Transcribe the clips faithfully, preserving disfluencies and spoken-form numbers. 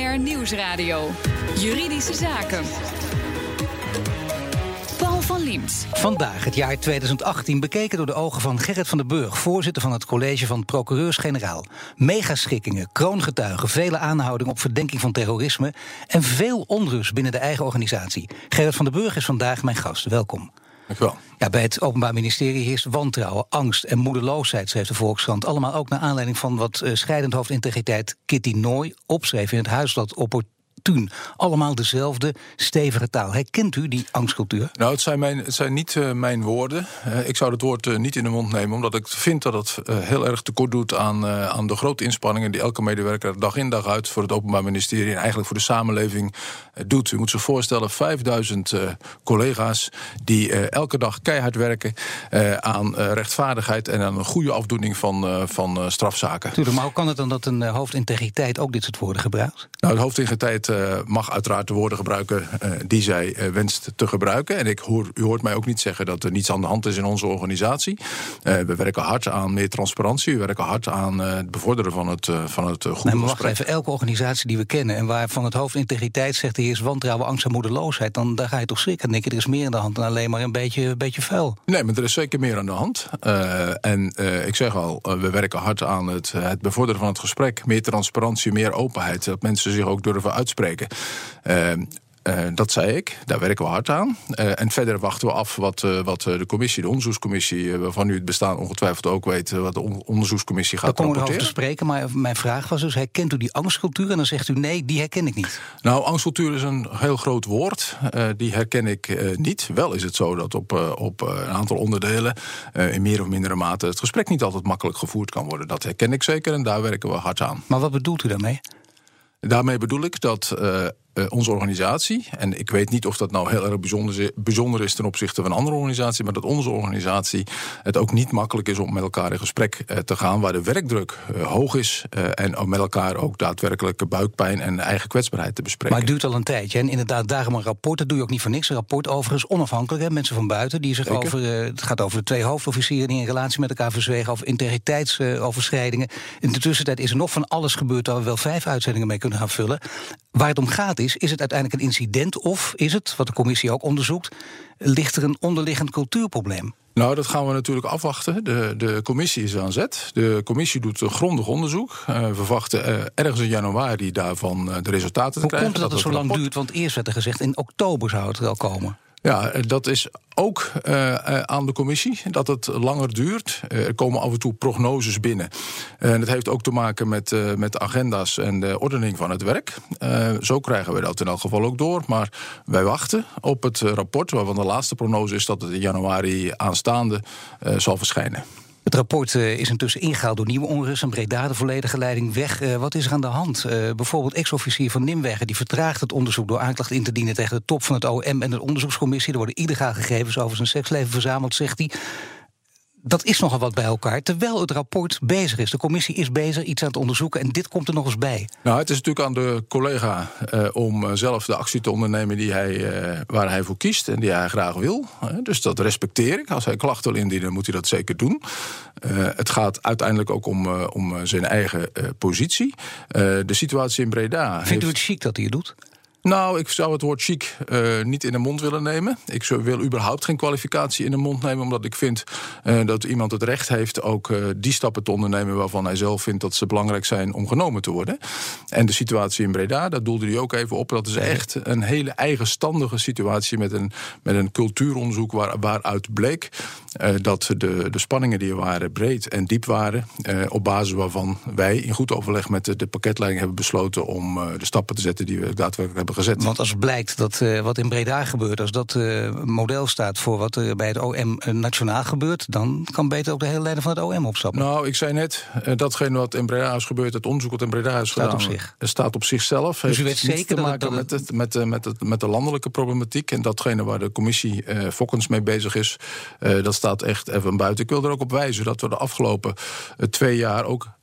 R Nieuwsradio. Juridische Zaken. Paul van Liemt. Vandaag, het jaar tweeduizend achttien, bekeken door de ogen van Gerrit van den Burg, voorzitter van het college van procureurs-generaal. Megaschikkingen, kroongetuigen, vele aanhoudingen op verdenking van terrorisme en veel onrust binnen de eigen organisatie. Gerrit van den Burg is vandaag mijn gast. Welkom. Dank u wel. Ja, bij het Openbaar Ministerie heerst wantrouwen, angst en moedeloosheid, schreef de Volkskrant. Allemaal ook naar aanleiding van wat uh, scheidend hoofd integriteit Kitty Nooy opschreef in het Huisblad Opportuun. Allemaal dezelfde stevige taal. Herkent u die angstcultuur? Nou, het zijn, mijn, het zijn niet uh, mijn woorden. Uh, ik zou het woord uh, niet in de mond nemen, omdat ik vind dat het uh, heel erg tekort doet aan, uh, aan de grote inspanningen die elke medewerker dag in dag uit voor het Openbaar Ministerie en eigenlijk voor de samenleving uh, doet. U moet zich voorstellen, vijfduizend uh, collega's die uh, elke dag keihard werken uh, aan uh, rechtvaardigheid en aan een goede afdoening van, uh, van uh, strafzaken. Tuurlijk, maar hoe kan het dan dat een uh, hoofdintegriteit ook dit soort woorden gebruikt? Nou, de hoofdintegriteit Uh, mag uiteraard de woorden gebruiken uh, die zij uh, wenst te gebruiken. En ik hoor, u hoort mij ook niet zeggen dat er niets aan de hand is in onze organisatie. Uh, we werken hard aan meer transparantie. We werken hard aan uh, het bevorderen van het, uh, van het uh, goede nee, maar gesprek. Wacht even, elke organisatie die we kennen en waarvan het hoofd integriteit zegt er is wantrouwen, angst en moedeloosheid, dan daar ga je toch schrikken. Dan denk je, er is meer aan de hand dan alleen maar een beetje, een beetje vuil. Nee, maar er is zeker meer aan de hand. Uh, en uh, ik zeg al, uh, we werken hard aan het, het bevorderen van het gesprek. Meer transparantie, meer openheid. Dat mensen zich ook durven uitspreken. Uh, Uh, dat zei ik, daar werken we hard aan. Uh, en verder wachten we af wat, uh, wat de commissie, de onderzoekscommissie, uh, waarvan u het bestaan ongetwijfeld ook weet, uh, wat de on- onderzoekscommissie gaat rapporteren. Daar rapporteren. komen we over te spreken, maar mijn vraag was dus, herkent u die angstcultuur? En dan zegt u nee, die herken ik niet. Nou, angstcultuur is een heel groot woord. Uh, die herken ik uh, niet. Wel is het zo dat op, uh, op uh, een aantal onderdelen uh, in meer of mindere mate het gesprek niet altijd makkelijk gevoerd kan worden. Dat herken ik zeker en daar werken we hard aan. Maar wat bedoelt u daarmee? Daarmee bedoel ik dat uh, uh, onze organisatie, en ik weet niet of dat nou heel erg bijzonder, bijzonder is ten opzichte van een andere organisatie, maar dat onze organisatie het ook niet makkelijk is om met elkaar in gesprek uh, te gaan, waar de werkdruk uh, hoog is uh, en om met elkaar ook daadwerkelijke buikpijn en eigen kwetsbaarheid te bespreken. Maar het duurt al een tijdje. En inderdaad, daarom een rapport, dat doe je ook niet voor niks. Een rapport overigens onafhankelijk, hè, mensen van buiten, die zich Zeker. over, uh, het gaat over de twee hoofdofficieren die in relatie met elkaar verzwegen, over integriteitsoverschrijdingen. In de tussentijd is er nog van alles gebeurd waar we wel vijf uitzendingen mee kunnen gaan vullen. Waar het om gaat is, is het uiteindelijk een incident of is het, wat de commissie ook onderzoekt, ligt er een onderliggend cultuurprobleem? Nou, dat gaan we natuurlijk afwachten. De, de commissie is aan zet. De commissie doet een grondig onderzoek. Uh, we verwachten uh, ergens in januari daarvan uh, de resultaten te Hoe krijgen. Hoe komt het dat, dat het zo lang rapport... duurt? Want eerst werd er gezegd, in oktober zou het wel komen. Ja, dat is ook uh, aan de commissie, dat het langer duurt. Uh, er komen af en toe prognoses binnen. En uh, dat heeft ook te maken met, uh, met de agenda's en de ordening van het werk. Uh, zo krijgen we dat in elk geval ook door. Maar wij wachten op het rapport, waarvan de laatste prognose is dat het in januari aanstaande uh, zal verschijnen. Het rapport uh, is intussen ingehaald door nieuwe onrust en Breda, de volledige leiding weg. Uh, wat is er aan de hand? Uh, bijvoorbeeld ex-officier van Nimwegen, die vertraagt het onderzoek door aanklacht in te dienen tegen de top van het O M en de onderzoekscommissie. Er worden illegaal gegevens over zijn seksleven verzameld, zegt hij. Dat is nogal wat bij elkaar, terwijl het rapport bezig is. De commissie is bezig iets aan het onderzoeken en dit komt er nog eens bij. Nou, het is natuurlijk aan de collega uh, om uh, zelf de actie te ondernemen die hij, uh, waar hij voor kiest en die hij graag wil. Uh, dus dat respecteer ik. Als hij klachten wil indienen, moet hij dat zeker doen. Uh, het gaat uiteindelijk ook om, uh, om uh, zijn eigen uh, positie. Uh, de situatie in Breda... Vindt heeft... u het chic dat hij het doet? Nou, ik zou het woord chic uh, niet in de mond willen nemen. Ik wil überhaupt geen kwalificatie in de mond nemen, omdat ik vind uh, dat iemand het recht heeft ook uh, die stappen te ondernemen waarvan hij zelf vindt dat ze belangrijk zijn om genomen te worden. En de situatie in Breda, daar doelde hij ook even op. Dat is echt een hele eigenstandige situatie met een, met een cultuuronderzoek waar, waaruit bleek uh, dat de, de spanningen die er waren breed en diep waren. Uh, op basis waarvan wij in goed overleg met de, de pakketleiding hebben besloten om uh, de stappen te zetten die we daadwerkelijk hebben gezet. Want als blijkt dat uh, wat in Breda gebeurt, als dat uh, model staat voor wat er bij het O M uh, nationaal gebeurt, dan kan beter ook de hele leider van het O M opstappen. Nou, ik zei net, uh, datgene wat in Breda is gebeurd, het onderzoek wat in Breda is staat gedaan, op zich. staat op zichzelf. Dus u weet heeft zeker te maken dat het, met, het, met, met, het, met de landelijke problematiek en datgene waar de commissie uh, Fokkens mee bezig is, uh, dat staat echt even buiten. Ik wil er ook op wijzen dat we de afgelopen uh, twee jaar ook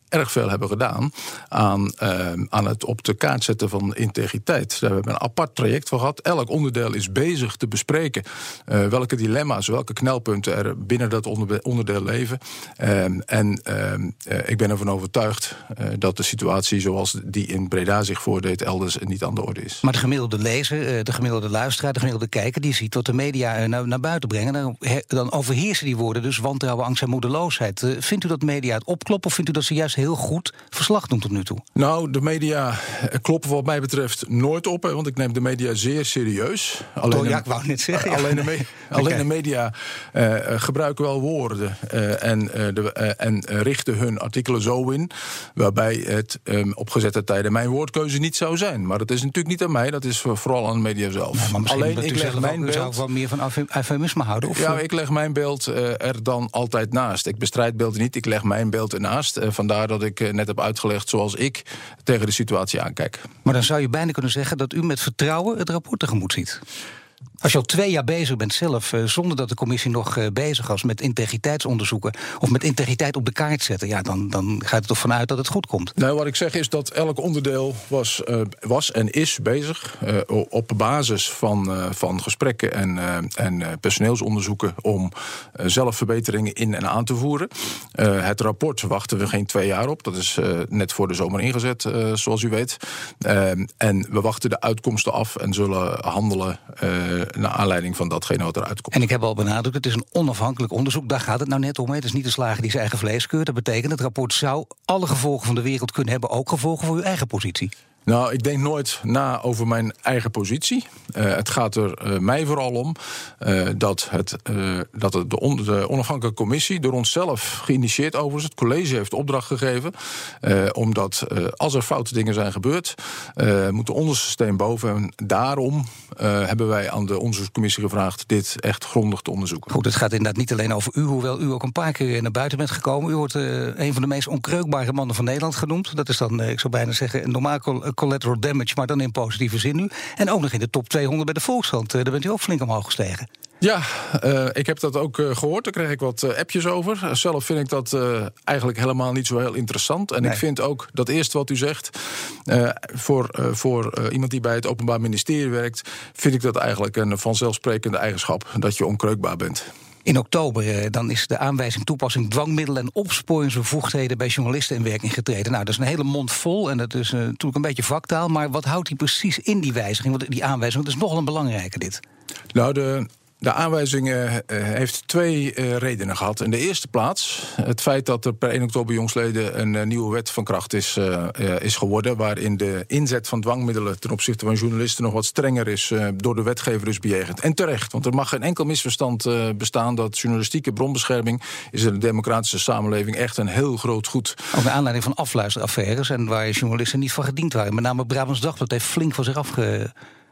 erg veel hebben gedaan aan, uh, aan het op de kaart zetten van integriteit. Daar hebben we een apart traject voor gehad. Elk onderdeel is bezig te bespreken uh, welke dilemma's, welke knelpunten er binnen dat onderdeel leven. Uh, en uh, uh, ik ben ervan overtuigd uh, dat de situatie zoals die in Breda zich voordeed elders niet aan de orde is. Maar de gemiddelde lezer, de gemiddelde luisteraar, de gemiddelde kijker, die ziet wat de media naar, naar buiten brengen. Dan, dan overheersen die woorden dus wantrouwen, angst en moedeloosheid. Uh, vindt u dat media het opkloppen of vindt u dat ze juist heel goed verslag doen tot nu toe? Nou, de media kloppen wat mij betreft nooit op, hè, want ik neem de media zeer serieus. Alleen, oh, ja, ik wou net zeggen. Alleen, de, me- alleen okay. de media uh, gebruiken wel woorden uh, en, uh, de, uh, en richten hun artikelen zo in, waarbij het um, op gezette tijden mijn woordkeuze niet zou zijn. Maar dat is natuurlijk niet aan mij, dat is vooral aan de media zelf. Ja, maar misschien alleen, ik leg zelf mijn ook, beeld... zou ik wel meer van eufemisme houden? Of? Ja, ik leg mijn beeld uh, er dan altijd naast. Ik bestrijd beelden niet, ik leg mijn beeld ernaast. Uh, vandaar dat ik uh, net heb uitgelegd zoals ik tegen de situatie aankijk. Maar dan zou je bijna kunnen zeggen dat u met vertrouwen het rapport tegemoet ziet. Als je al twee jaar bezig bent zelf, uh, zonder dat de commissie nog uh, bezig was met integriteitsonderzoeken of met integriteit op de kaart zetten, ja, dan, dan gaat het toch vanuit dat het goed komt. Nou, wat ik zeg is dat elk onderdeel was, uh, was en is bezig uh, op basis van, uh, van gesprekken en, uh, en uh, personeelsonderzoeken om uh, zelf verbeteringen in en aan te voeren. Uh, het rapport wachten we geen twee jaar op. Dat is uh, net voor de zomer ingezet, uh, zoals u weet. Uh, en we wachten de uitkomsten af en zullen handelen Uh, naar aanleiding van datgene wat eruit komt. En ik heb al benadrukt, het is een onafhankelijk onderzoek. Daar gaat het nou net om. Hè. Het is niet de slager die zijn eigen vlees keurt. Dat betekent, het rapport zou alle gevolgen van de wereld kunnen hebben, ook gevolgen voor uw eigen positie. Nou, ik denk nooit na over mijn eigen positie. Uh, het gaat er uh, mij vooral om uh, dat, het, uh, dat het de, on- de onafhankelijke commissie door onszelf geïnitieerd overigens. Het college heeft opdracht gegeven. Uh, omdat uh, als er foute dingen zijn gebeurd, uh, moet de onderste steen boven. En daarom uh, hebben wij aan de onderzoekscommissie gevraagd dit echt grondig te onderzoeken. Goed, het gaat inderdaad niet alleen over u, hoewel u ook een paar keer naar buiten bent gekomen. U wordt uh, een van de meest onkreukbare mannen van Nederland genoemd. Dat is dan, uh, ik zou bijna zeggen, normaal collateral damage, maar dan in positieve zin nu. En ook nog in de top tweehonderd bij de Volkskrant. Daar bent u ook flink omhoog gestegen. Ja, uh, ik heb dat ook uh, gehoord. Daar kreeg ik wat uh, appjes over. Zelf vind ik dat uh, eigenlijk helemaal niet zo heel interessant. En nee. ik vind ook dat eerste wat u zegt, Uh, voor, uh, voor uh, iemand die bij het Openbaar Ministerie werkt, vind ik dat eigenlijk een vanzelfsprekende eigenschap, dat je onkreukbaar bent. In oktober dan is de aanwijzing toepassing dwangmiddelen en opsporingsbevoegdheden bij journalisten in werking getreden. Nou, dat is een hele mond vol en dat is uh, natuurlijk een beetje vaktaal. Maar wat houdt die precies in, die wijziging? Want die aanwijzing, want dat is nogal een belangrijke dit. Nou, de De aanwijzing uh, heeft twee uh, redenen gehad. In de eerste plaats het feit dat er per één oktober jongstleden een uh, nieuwe wet van kracht is, uh, uh, is geworden, waarin de inzet van dwangmiddelen ten opzichte van journalisten nog wat strenger is uh, door de wetgever is bejegend. En terecht, want er mag geen enkel misverstand uh, bestaan dat journalistieke bronbescherming is in een democratische samenleving echt een heel groot goed. Ook naar aanleiding van afluisteraffaires en waar journalisten niet van gediend waren. Met name Brabants Dagblad heeft flink van zich afge...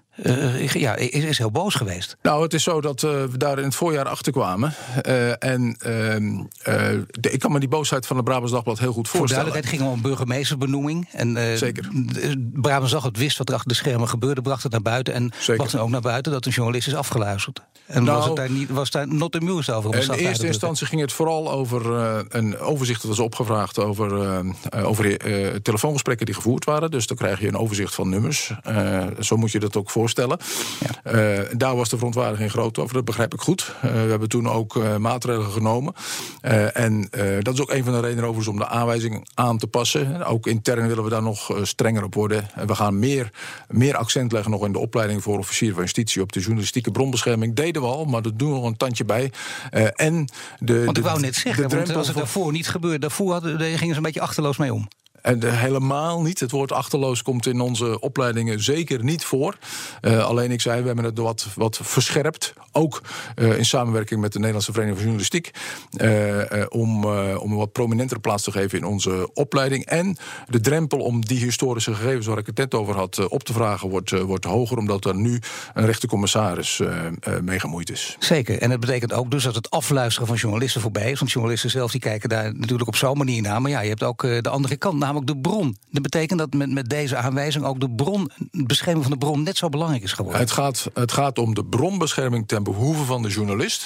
Uh, ja, is, is heel boos geweest. Nou, het is zo dat uh, we daar in het voorjaar achter kwamen. Uh, en uh, uh, de, ik kan me die boosheid van het Brabants Dagblad heel goed voorstellen. Voor duidelijkheid ging het om een burgemeestersbenoeming. En, uh, Zeker. Brabants Dagblad wist wat er achter de schermen gebeurde, bracht het naar buiten. En bracht het ook naar buiten dat een journalist is afgeluisterd. En nou, was, het daar niet, was daar not amused over? In eerste instantie ging het vooral over uh, een overzicht dat was opgevraagd over, uh, over uh, telefoongesprekken die gevoerd waren. Dus dan krijg je een overzicht van nummers. Uh, zo moet je dat ook voorstellen. Ja. Uh, daar was de verontwaardiging groot over, dat begrijp ik goed. Uh, we hebben toen ook uh, maatregelen genomen. Uh, en uh, dat is ook een van de redenen overigens om de aanwijzing aan te passen. Ook intern willen we daar nog uh, strenger op worden. Uh, we gaan meer, meer accent leggen nog in de opleiding voor officieren van justitie op de journalistieke bronbescherming. Deden we al, maar dat doen we nog een tandje bij. Uh, en de, want ik de, wou net zeggen, want als het daarvoor niet gebeurde, daarvoor hadden, daar gingen ze een beetje achterloos mee om. En de, helemaal niet. Het woord achterloos komt in onze opleidingen zeker niet voor. Uh, alleen ik zei, we hebben het wat, wat verscherpt. Ook uh, in samenwerking met de Nederlandse Vereniging van Journalistiek. Uh, uh, om, uh, om een wat prominentere plaats te geven in onze opleiding. En de drempel om die historische gegevens waar ik het net over had uh, op te vragen wordt, uh, wordt hoger. Omdat er nu een rechtercommissaris uh, uh, mee gemoeid is. Zeker. En het betekent ook dus dat het afluisteren van journalisten voorbij is. Want journalisten zelf die kijken daar natuurlijk op zo'n manier naar. Maar ja, je hebt ook uh, de andere kant, namelijk ook de bron. Dat betekent dat met, met deze aanwijzing ook de bron, het bescherming van de bron net zo belangrijk is geworden. Het gaat, het gaat om de bronbescherming ten behoeve van de journalist.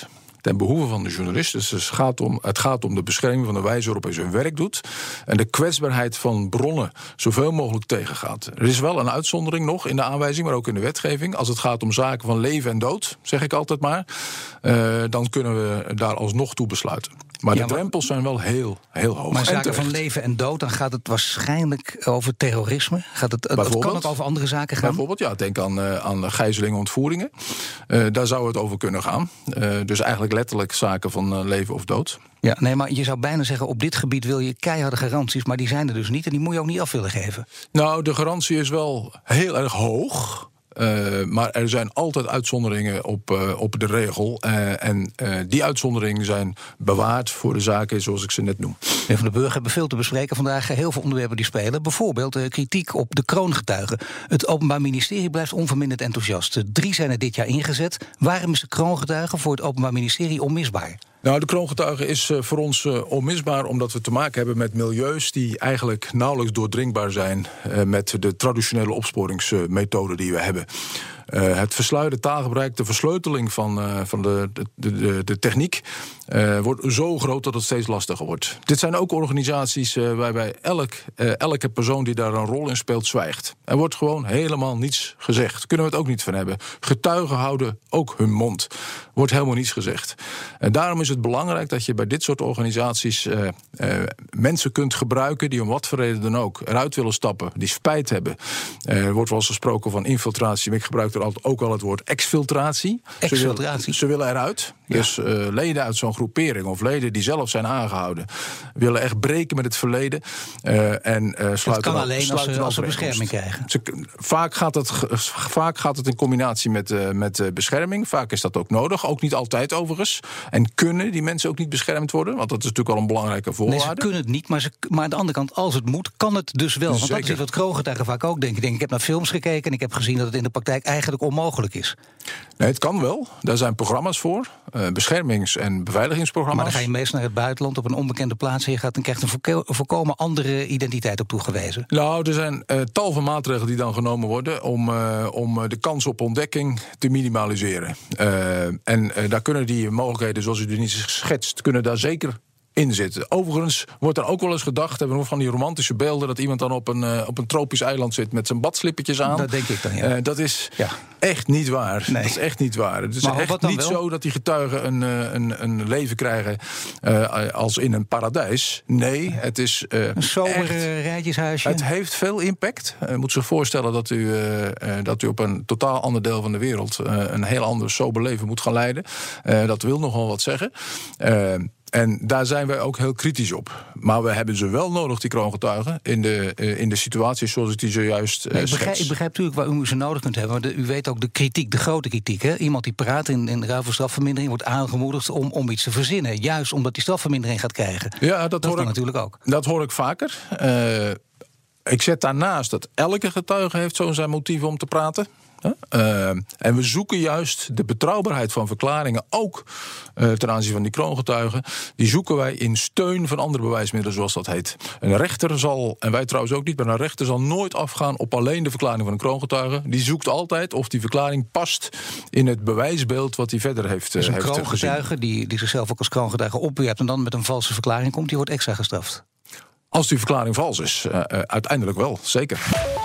ten behoeve van de journalist. Dus het gaat om, het gaat om de bescherming van de wijze waarop hij zijn werk doet en de kwetsbaarheid van bronnen zoveel mogelijk tegengaat. Er is wel een uitzondering nog in de aanwijzing, maar ook in de wetgeving. Als het gaat om zaken van leven en dood, zeg ik altijd maar, uh, dan kunnen we daar alsnog toe besluiten. Maar ja, de drempels zijn wel heel, heel hoog. Maar zaken van leven en dood, dan gaat het waarschijnlijk over terrorisme. Gaat het, het kan ook over andere zaken gaan? Bijvoorbeeld, ja, denk aan, uh, aan gijzelingen, ontvoeringen. Uh, daar zou het over kunnen gaan. Uh, dus eigenlijk letterlijk zaken van uh, leven of dood. Ja, nee, maar je zou bijna zeggen, op dit gebied wil je keiharde garanties, maar die zijn er dus niet en die moet je ook niet af willen geven. Nou, de garantie is wel heel erg hoog. Uh, maar er zijn altijd uitzonderingen op, uh, op de regel. Uh, en uh, die uitzonderingen zijn bewaard voor de zaken zoals ik ze net noem. Meneer Van den Burg, hebben veel te bespreken vandaag. Heel veel onderwerpen die spelen. Bijvoorbeeld uh, kritiek op de kroongetuigen. Het Openbaar Ministerie blijft onverminderd enthousiast. Drie zijn er dit jaar ingezet. Waarom is de kroongetuige voor het Openbaar Ministerie onmisbaar? Nou, de kroongetuige is uh, voor ons uh, onmisbaar omdat we te maken hebben met milieus die eigenlijk nauwelijks doordringbaar zijn uh, met de traditionele opsporingsmethoden die we hebben. Uh, het versluierde taalgebruik, de versleuteling van, uh, van de, de, de, de techniek uh, wordt zo groot dat het steeds lastiger wordt. Dit zijn ook organisaties uh, waarbij elk, uh, elke persoon die daar een rol in speelt zwijgt. Er wordt gewoon helemaal niets gezegd. Kunnen we het ook niet van hebben. Getuigen houden ook hun mond. Wordt helemaal niets gezegd. En daarom is het belangrijk dat je bij dit soort organisaties uh, uh, mensen kunt gebruiken die om wat voor reden dan ook eruit willen stappen, die spijt hebben. Uh, er wordt wel eens gesproken van infiltratie, maar ik gebruik er ook wel het woord exfiltratie. Exfiltratie. Ze willen, ze willen eruit. Ja. Dus uh, leden uit zo'n groepering of leden die zelf zijn aangehouden willen echt breken met het verleden uh, en uh, sluiten. Dat kan al, alleen als ze, als ze bescherming krijgen. Ze, vaak, gaat het, vaak gaat het in combinatie met, uh, met uh, bescherming. Vaak is dat ook nodig. Ook niet altijd overigens. En kunnen die mensen ook niet beschermd worden? Want dat is natuurlijk al een belangrijke voorwaarde. Nee, ze kunnen het niet, maar, ze, maar aan de andere kant, als het moet, kan het dus wel. Want Zeker. Dat is wat kroongetuigen vaak ook denken. Ik, denk, ik heb naar films gekeken en ik heb gezien dat het in de praktijk eigenlijk onmogelijk is. Nee, het kan wel. Daar zijn programma's voor. Uh, beschermings- en beveiligingsprogramma's. Maar dan ga je meest naar het buitenland op een onbekende plaats en je gaat en krijgt een voorko- voorkomen andere identiteit op toegewezen. Nou, er zijn uh, tal van maatregelen die dan genomen worden om, uh, om de kans op ontdekking te minimaliseren. Uh, en uh, daar kunnen die mogelijkheden, zoals u er niet schetst, kunnen daar zeker in zitten. Overigens wordt er ook wel eens gedacht, hebben we nog van die romantische beelden, dat iemand dan op een, uh, op een tropisch eiland zit met zijn badslippertjes aan. Dat denk ik dan, ja. Uh, dat is ja. echt niet waar. Nee. Dat is echt niet waar. Het is maar echt niet wel? zo dat die getuigen een, een, een leven krijgen uh, als in een paradijs. Nee, het is uh, een sober rijtjeshuisje. Het heeft veel impact. Uh, je moet zich voorstellen dat u, uh, uh, dat u op een totaal ander deel van de wereld uh, een heel ander sober leven moet gaan leiden. Uh, dat wil nogal wat zeggen. Uh, En daar zijn wij ook heel kritisch op. Maar we hebben ze wel nodig, die kroongetuigen, in de, uh, in de situaties zoals ik die zojuist uh, nee, ik, begrijp, ik begrijp natuurlijk waar u ze nodig kunt hebben. Maar de, u weet ook de kritiek, de grote kritiek. Hè? Iemand die praat in, in ruil voor strafvermindering wordt aangemoedigd om, om iets te verzinnen. Juist omdat die strafvermindering gaat krijgen. Ja, dat, dat hoor kan ik, natuurlijk ook. Dat hoor ik vaker. Uh, ik zet daarnaast dat elke getuige heeft zo zijn motieven om te praten. Uh, en we zoeken juist de betrouwbaarheid van verklaringen, ook uh, ten aanzien van die kroongetuigen. Die zoeken wij in steun van andere bewijsmiddelen, zoals dat heet. Een rechter zal, en wij trouwens ook niet, maar een rechter zal nooit afgaan op alleen de verklaring van een kroongetuige. Die zoekt altijd of die verklaring past in het bewijsbeeld wat hij verder heeft, dus een heeft gezien. Een kroongetuige die, die zichzelf ook als kroongetuige opwerpt en dan met een valse verklaring komt, die wordt extra gestraft. Als die verklaring vals is, uh, uh, uiteindelijk wel, zeker.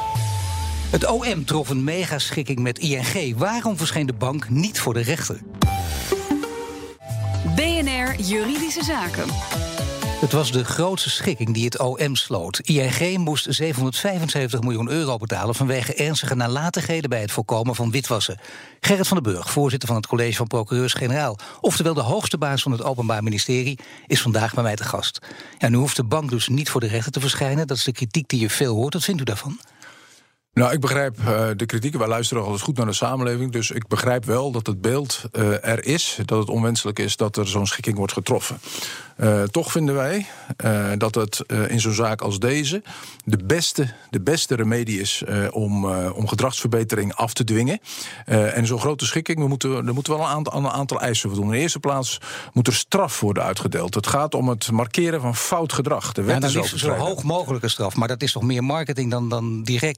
Het O M trof een megaschikking met I N G. Waarom verscheen de bank niet voor de rechter? B N R Juridische Zaken. Het was de grootste schikking die het O M sloot. I N G moest zevenhonderdvijfenzeventig miljoen euro betalen vanwege ernstige nalatigheden bij het voorkomen van witwassen. Gerrit van den Burg, voorzitter van het College van Procureurs-Generaal, oftewel de hoogste baas van het Openbaar Ministerie, is vandaag bij mij te gast. Ja, nu hoeft de bank dus niet voor de rechter te verschijnen. Dat is de kritiek die je veel hoort. Wat vindt u daarvan? Nou, ik begrijp uh, de kritiek. Wij luisteren al eens goed naar de samenleving. Dus ik begrijp wel dat het beeld uh, er is. Dat het onwenselijk is dat er zo'n schikking wordt getroffen. Uh, toch vinden wij uh, dat het uh, in zo'n zaak als deze de beste, de beste remedie is uh, om, uh, om gedragsverbetering af te dwingen. Uh, en zo'n grote schikking, we moeten, er moeten wel een aantal, een aantal eisen voor doen. In de eerste plaats moet er straf worden uitgedeeld. Het gaat om het markeren van fout gedrag. De wet ja, is dan liefst zo hoog mogelijke straf. Maar dat is toch meer marketing dan, dan direct. Want wat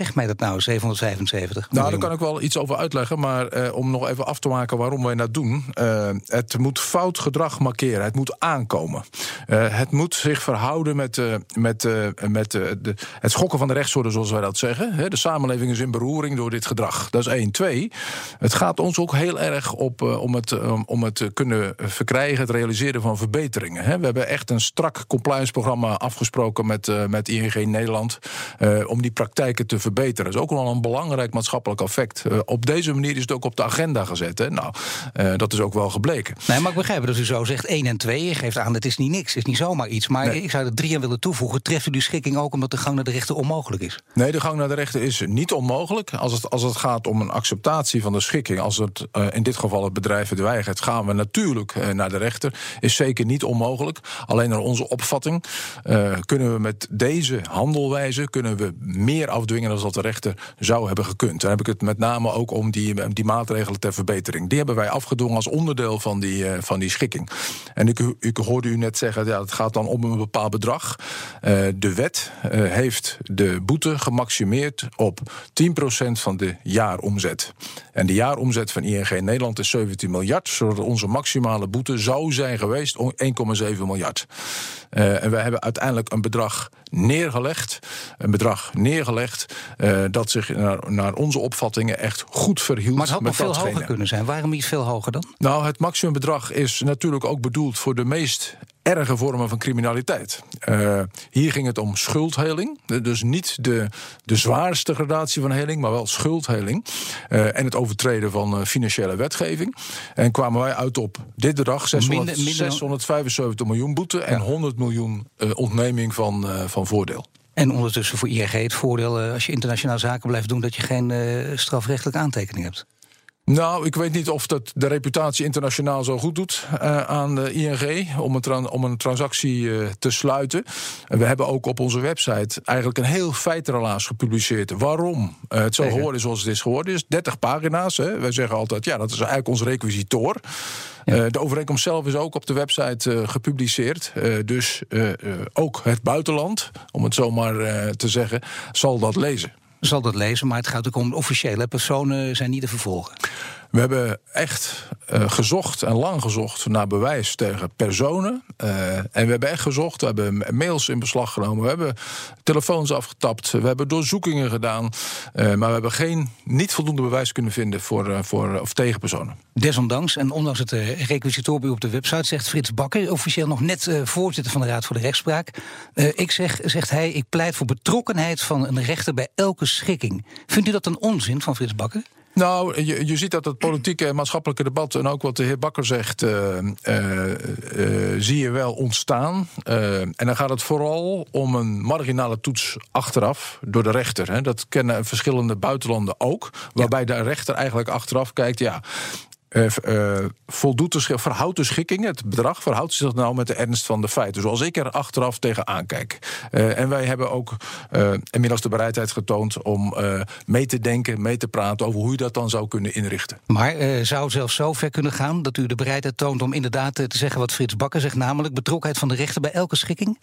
zegt mij dat nou, zevenhonderdvijfenzeventig Nou, miljoen? daar kan ik wel iets over uitleggen. Maar uh, om nog even af te maken waarom wij dat doen. Uh, het moet fout gedrag markeren. Het moet aankomen. Uh, het moet zich verhouden met, uh, met, uh, met uh, de, het schokken van de rechtsorde, zoals wij dat zeggen. He, de samenleving is in beroering door dit gedrag. Dat is één. Twee, het gaat ons ook heel erg op uh, om, het, um, om het kunnen verkrijgen, het realiseren van verbeteringen. He, we hebben echt een strak compliance-programma afgesproken met, uh, met I N G Nederland. Uh, om die praktijken te verbeteren. Dat is ook wel een belangrijk maatschappelijk effect. Uh, op deze manier is het ook op de agenda gezet. Hè? Nou, uh, dat is ook wel gebleken. Nee, maar ik begrijp dat u zo zegt één en twee. Je geeft aan, het is niet niks, het is niet zomaar iets. Maar nee. Ik zou er drie aan willen toevoegen. Treft u die schikking ook omdat de gang naar de rechter onmogelijk is? Nee, de gang naar de rechter is niet onmogelijk. Als het, als het gaat om een acceptatie van de schikking, als het uh, in dit geval het bedrijf het weigert, gaan we natuurlijk uh, naar de rechter. Is zeker niet onmogelijk. Alleen naar onze opvatting uh, kunnen we met deze handelwijze kunnen we meer afdwingen dan dat de rechter zou hebben gekund. Dan heb ik het met name ook om die, die maatregelen ter verbetering. Die hebben wij afgedwongen als onderdeel van die, uh, van die schikking. En ik, ik hoorde u net zeggen, ja, het gaat dan om een bepaald bedrag. Uh, de wet uh, heeft de boete gemaximeerd op tien procent van de jaaromzet. En de jaaromzet van I N G Nederland is zeventien miljard... zodat onze maximale boete zou zijn geweest één komma zeven miljard. Uh, en wij hebben uiteindelijk een bedrag neergelegd, een bedrag neergelegd uh, dat zich naar, naar onze opvattingen echt goed verhield. Maar het had met nog veel datgene. hoger kunnen zijn. Waarom niet veel hoger dan? Nou, het maximumbedrag is natuurlijk ook bedoeld voor de meest erge vormen van criminaliteit. Uh, hier ging het om schuldheling. Dus niet de, de zwaarste gradatie van heling, maar wel schuldheling. Uh, en het overtreden van uh, financiële wetgeving. En kwamen wij uit op dit bedrag, zeshonderdvijfenzeventig miljoen boete en ja. honderd miljoen uh, ontneming van, uh, van voordeel. En ondertussen voor I N G het voordeel, uh, als je internationaal zaken blijft doen, dat je geen uh, strafrechtelijke aantekening hebt. Nou, ik weet niet of dat de reputatie internationaal zo goed doet uh, aan de I N G om een, tra- om een transactie uh, te sluiten. Uh, we hebben ook op onze website eigenlijk een heel feitenrelaas gepubliceerd. Waarom uh, het zo geworden is zoals het is geworden is. dertig pagina's. Hè. Wij zeggen altijd, ja, dat is eigenlijk ons requisitoor. Ja. Uh, de overeenkomst zelf is ook op de website uh, gepubliceerd. Uh, dus uh, uh, ook het buitenland, om het zo maar uh, te zeggen, zal dat lezen. Zal dat lezen, maar het gaat ook om officiële personen zijn niet te vervolgen. We hebben echt uh, gezocht en lang gezocht naar bewijs tegen personen. Uh, en we hebben echt gezocht, we hebben mails in beslag genomen, we hebben telefoons afgetapt, we hebben doorzoekingen gedaan. Uh, maar we hebben geen, niet voldoende bewijs kunnen vinden voor, uh, voor of tegen personen. Desondanks, en ondanks het uh, requisitoorbureau op de website, zegt Frits Bakker, officieel nog net uh, voorzitter van de Raad voor de Rechtspraak. Uh, ik zeg, zegt hij, ik pleit voor betrokkenheid van een rechter bij elke schikking. Vindt u dat een onzin van Frits Bakker? Nou, je, je ziet dat het politieke en maatschappelijke debat, en ook wat de heer Bakker zegt, uh, uh, uh, zie je wel ontstaan. Uh, en dan gaat het vooral om een marginale toets achteraf door de rechter. Hè. Dat kennen verschillende buitenlanden ook, waarbij ja. de rechter eigenlijk achteraf kijkt, ja, Uh, uh, voldoet de sch- verhoudt de schikking, het bedrag, verhoudt zich nou met de ernst van de feiten. Zoals ik er achteraf tegen aankijk. Uh, en wij hebben ook uh, inmiddels de bereidheid getoond om uh, mee te denken, mee te praten over hoe je dat dan zou kunnen inrichten. Maar uh, zou het zelfs zo ver kunnen gaan dat u de bereidheid toont om inderdaad te zeggen wat Frits Bakker zegt, namelijk betrokkenheid van de rechter bij elke schikking?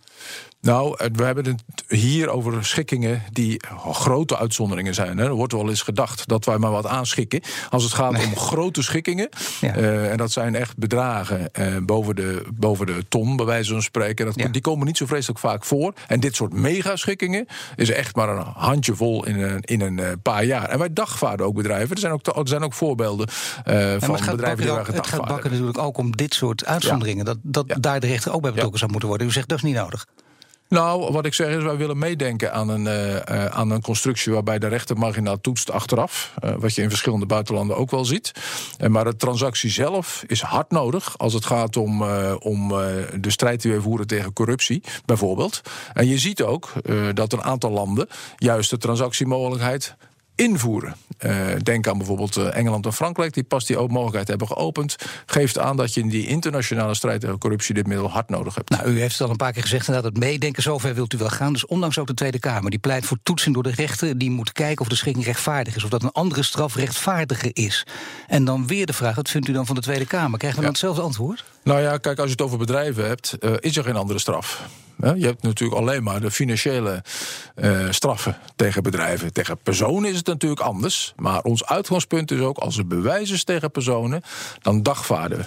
Nou, we hebben het hier over schikkingen die grote uitzonderingen zijn. Hè. Er wordt wel eens gedacht dat wij maar wat aanschikken. Als het gaat nee. om grote schikkingen, ja. uh, en dat zijn echt bedragen uh, boven, de, boven de ton, bij wijze van spreken. Dat, ja. Die komen niet zo vreselijk vaak voor. En dit soort megaschikkingen is echt maar een handjevol in een, in een paar jaar. En wij dagvaarden ook bedrijven. Er zijn ook, er zijn ook voorbeelden uh, ja, van bedrijven die wij gedagvaarden. Het gaat Bakker natuurlijk ook om dit soort uitzonderingen. Ja. Dat, dat ja. daar de rechter ook bij betrokken ja. zou moeten worden. U zegt dat is niet nodig. Nou, wat ik zeg is, wij willen meedenken aan een, uh, uh, aan een constructie waarbij de rechter marginaal toetst achteraf. Uh, wat je in verschillende buitenlanden ook wel ziet. Uh, maar de transactie zelf is hard nodig als het gaat om, uh, om uh, de strijd die we voeren tegen corruptie, bijvoorbeeld. En je ziet ook uh, dat een aantal landen juist de transactiemogelijkheid invoeren. Uh, denk aan bijvoorbeeld uh, Engeland en Frankrijk, die pas die mogelijkheid hebben geopend. Geeft aan dat je in die internationale strijd tegen corruptie dit middel hard nodig hebt. Nou, u heeft het al een paar keer gezegd, inderdaad, het meedenken, zover wilt u wel gaan. Dus ondanks ook de Tweede Kamer, die pleit voor toetsing door de rechter, die moet kijken of de schikking rechtvaardig is, of dat een andere straf rechtvaardiger is. En dan weer de vraag, wat vindt u dan van de Tweede Kamer? Krijgen we ja. dan hetzelfde antwoord? Nou ja, kijk, als je het over bedrijven hebt, uh, is er geen andere straf. Je hebt natuurlijk alleen maar de financiële uh, straffen tegen bedrijven. Tegen personen is het natuurlijk anders. Maar ons uitgangspunt is ook, als er bewijs is tegen personen, dan dagvaarden we.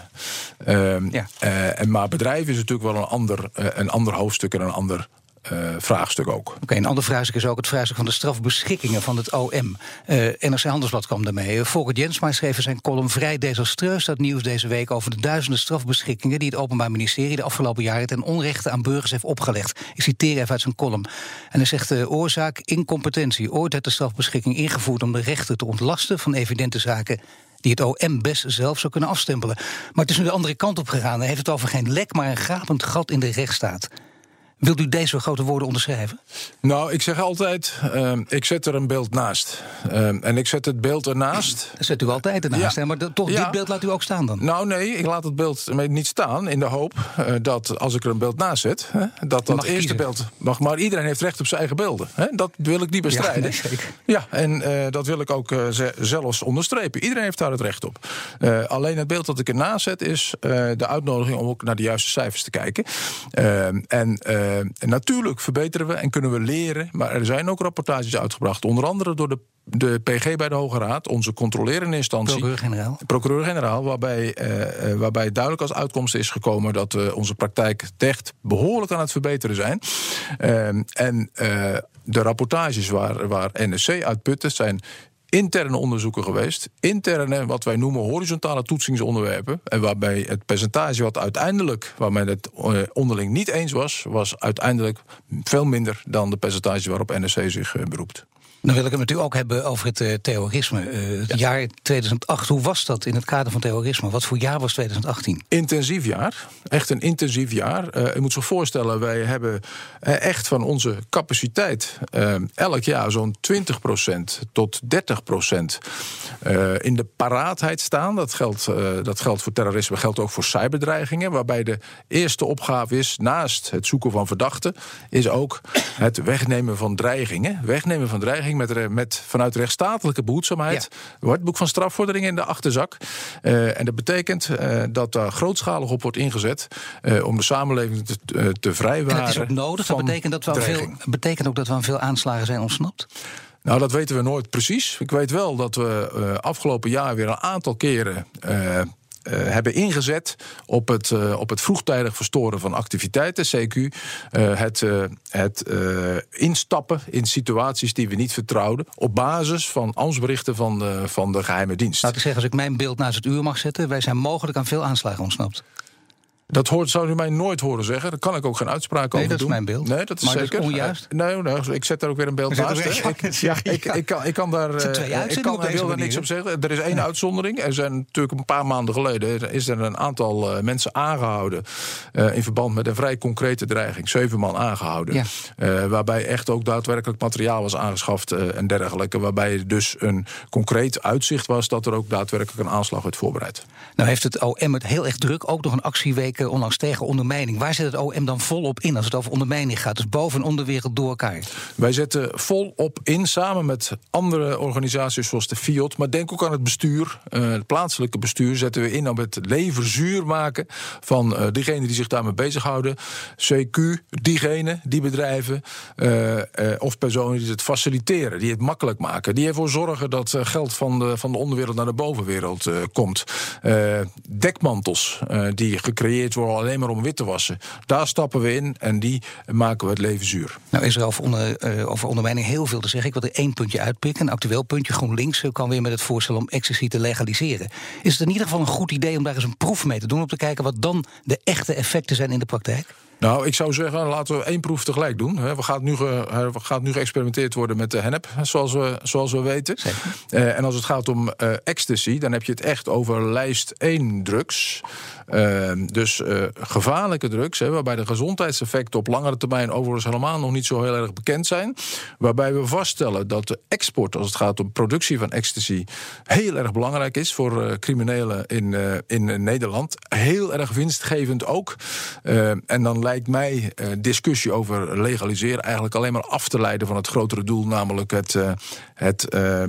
Uh, ja. uh, en maar bedrijven is natuurlijk wel een ander, uh, een ander hoofdstuk en een ander Uh, vraagstuk ook. Oké, okay, een ander vraagstuk is ook het vraagstuk van de strafbeschikkingen van het O M. Uh, N R C Handelsblad kwam daarmee. Uh, Volker Jensma schreef in zijn column vrij desastreus dat nieuws deze week over de duizenden strafbeschikkingen die het Openbaar Ministerie de afgelopen jaren ten onrechte aan burgers heeft opgelegd. Ik citeer even uit zijn column. En hij zegt de uh, oorzaak incompetentie. Ooit werd de strafbeschikking ingevoerd om de rechter te ontlasten van evidente zaken die het O M best zelf zou kunnen afstempelen. Maar het is nu de andere kant op gegaan. Hij heeft het over geen lek, maar een gapend gat in de rechtsstaat. Wilt u deze grote woorden onderschrijven? Nou, ik zeg altijd, uh, ik zet er een beeld naast. Uh, en ik zet het beeld ernaast. Dat zet u altijd ernaast, ja. hè? Maar de, toch, ja. dit beeld laat u ook staan dan? Nou nee, ik laat het beeld niet staan in de hoop uh, dat als ik er een beeld naast zet, hè, dat dat eerste kiezen. beeld mag. Maar iedereen heeft recht op zijn eigen beelden. Hè? Dat wil ik niet bestrijden. Ja, nee, ja en uh, dat wil ik ook uh, z- zelfs onderstrepen. Iedereen heeft daar het recht op. Uh, alleen het beeld dat ik ernaast zet is uh, de uitnodiging om ook naar de juiste cijfers te kijken. Uh, en uh, En natuurlijk verbeteren we en kunnen we leren, maar er zijn ook rapportages uitgebracht, onder andere door de, de P G bij de Hoge Raad, onze controlerende instantie. Procureur-generaal. Procureur-generaal, waarbij, uh, waarbij duidelijk als uitkomst is gekomen dat we onze praktijk echt behoorlijk aan het verbeteren zijn. Uh, en uh, de rapportages waar, waar N S C uitputten zijn interne onderzoeken geweest. Interne, wat wij noemen horizontale toetsingsonderwerpen. En waarbij het percentage wat uiteindelijk, waar men het onderling niet eens was, was uiteindelijk veel minder dan de percentage waarop N S C zich beroept. Dan wil ik het met u ook hebben over het uh, terrorisme. Uh, het ja. jaar tweeduizend acht, hoe was dat in het kader van terrorisme? Wat voor jaar was tweeduizend achttien? Intensief jaar. Echt een intensief jaar. Uh, u moet zich voorstellen, wij hebben uh, echt van onze capaciteit Uh, elk jaar zo'n twintig procent tot dertig procent uh, in de paraatheid staan. Dat geldt, uh, dat geldt voor terrorisme, geldt ook voor cyberdreigingen. Waarbij de eerste opgave is, naast het zoeken van verdachten, is ook het wegnemen van dreigingen. Wegnemen van dreigingen. Met, met vanuit rechtsstatelijke behoedzaamheid. Ja. Het boek van strafvorderingen in de achterzak. Uh, en dat betekent uh, dat daar grootschalig op wordt ingezet Uh, om de samenleving te, uh, te vrijwaren. En dat is ook nodig. Dat betekent, dat we aan veel, betekent ook dat we aan veel aanslagen zijn ontsnapt? Nou, dat weten we nooit precies. Ik weet wel dat we uh, afgelopen jaar weer een aantal keren Uh, Uh, hebben ingezet op het, uh, op het vroegtijdig verstoren van activiteiten, C Q. Uh, het uh, het uh, instappen in situaties die we niet vertrouwden op basis van ambtsberichten van de, van de geheime dienst. Laat ik zeggen, als ik mijn beeld naast het uur mag zetten, wij zijn mogelijk aan veel aanslagen ontsnapt. Dat hoort, zou u mij nooit horen zeggen. Daar kan ik ook geen uitspraak nee, over doen. Nee, dat is mijn beeld. Nee, dat is maar zeker. Dat is onjuist? Nee, nee, ik zet daar ook weer een beeld naast. Weer, ja, ik, ik, ik, kan, ik kan daar, ik kan daar heel niks op zeggen. Er is één ja. uitzondering. Er zijn natuurlijk een paar maanden geleden is er een aantal uh, mensen aangehouden Uh, in verband met een vrij concrete dreiging. Zeven man aangehouden. Ja. Uh, waarbij echt ook daadwerkelijk materiaal was aangeschaft uh, en dergelijke. Waarbij dus een concreet uitzicht was dat er ook daadwerkelijk een aanslag werd voorbereid. Nou heeft het O M het heel erg druk. Ook nog een actieweek uh, onlangs tegen ondermijning. Waar zet het O M dan volop in als het over ondermijning gaat? Dus boven- en onderwereld door elkaar. Wij zetten volop in, samen met andere organisaties zoals de F I O D. Maar denk ook aan het bestuur. Uh, het plaatselijke bestuur zetten we in op het leven zuur maken van uh, diegenen die zich daarmee bezighouden. C Q, diegenen, die bedrijven uh, uh, of personen die het faciliteren, die het makkelijk maken. Die ervoor zorgen dat uh, geld van de, van de onderwereld naar de bovenwereld uh, komt. Uh, dekmantels uh, die gecreëerd worden alleen maar om wit te wassen. Daar stappen we in en die maken we het leven zuur. Nou is er over, onder, uh, over ondermijning heel veel te zeggen. Ik wil er één puntje uitpikken. Een actueel puntje. GroenLinks uh, kwam weer met het voorstel om ecstasy te legaliseren. Is het in ieder geval een goed idee om daar eens een proef mee te doen, om te kijken wat dan de echte effecten zijn in de praktijk? Nou, ik zou zeggen, laten we één proef tegelijk doen. We gaan nu, ge, gaat nu geëxperimenteerd worden met de hennep, zoals we, zoals we weten. Uh, en als het gaat om uh, ecstasy, dan heb je het echt over lijst één drugs. Uh, dus uh, gevaarlijke drugs, hè, waarbij de gezondheidseffecten op langere termijn overigens helemaal nog niet zo heel erg bekend zijn. Waarbij we vaststellen dat de export, als het gaat om productie van ecstasy, heel erg belangrijk is voor uh, criminelen in, uh, in Nederland. Heel erg winstgevend ook. Uh, en dan lijkt mij uh, discussie over legaliseren eigenlijk alleen maar af te leiden van het grotere doel, namelijk het, uh, het uh,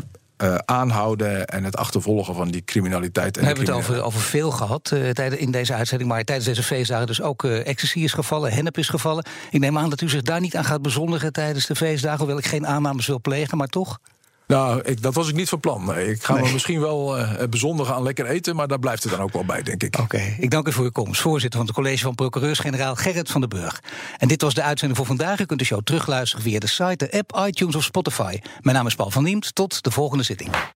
uh, aanhouden en het achtervolgen van die criminaliteit. En we hebben het over, over veel gehad uh, in deze uitzending, maar tijdens deze feestdagen dus ook uh, ecstasy is gevallen, hennep is gevallen. Ik neem aan dat u zich daar niet aan gaat bezondigen tijdens de feestdagen, hoewel ik geen aannames wil plegen, maar toch? Nou, ik, dat was ik niet van plan. Nee, ik ga nee. me misschien wel uh, bezondigen aan lekker eten, maar daar blijft het dan ook wel bij, denk ik. Oké, okay. Ik dank u voor uw komst. Voorzitter van het College van Procureurs-Generaal Gerrit van den Burg. En dit was de uitzending voor vandaag. U kunt de show terugluisteren via de site, de app, iTunes of Spotify. Mijn naam is Paul van Diemt. Tot de volgende zitting.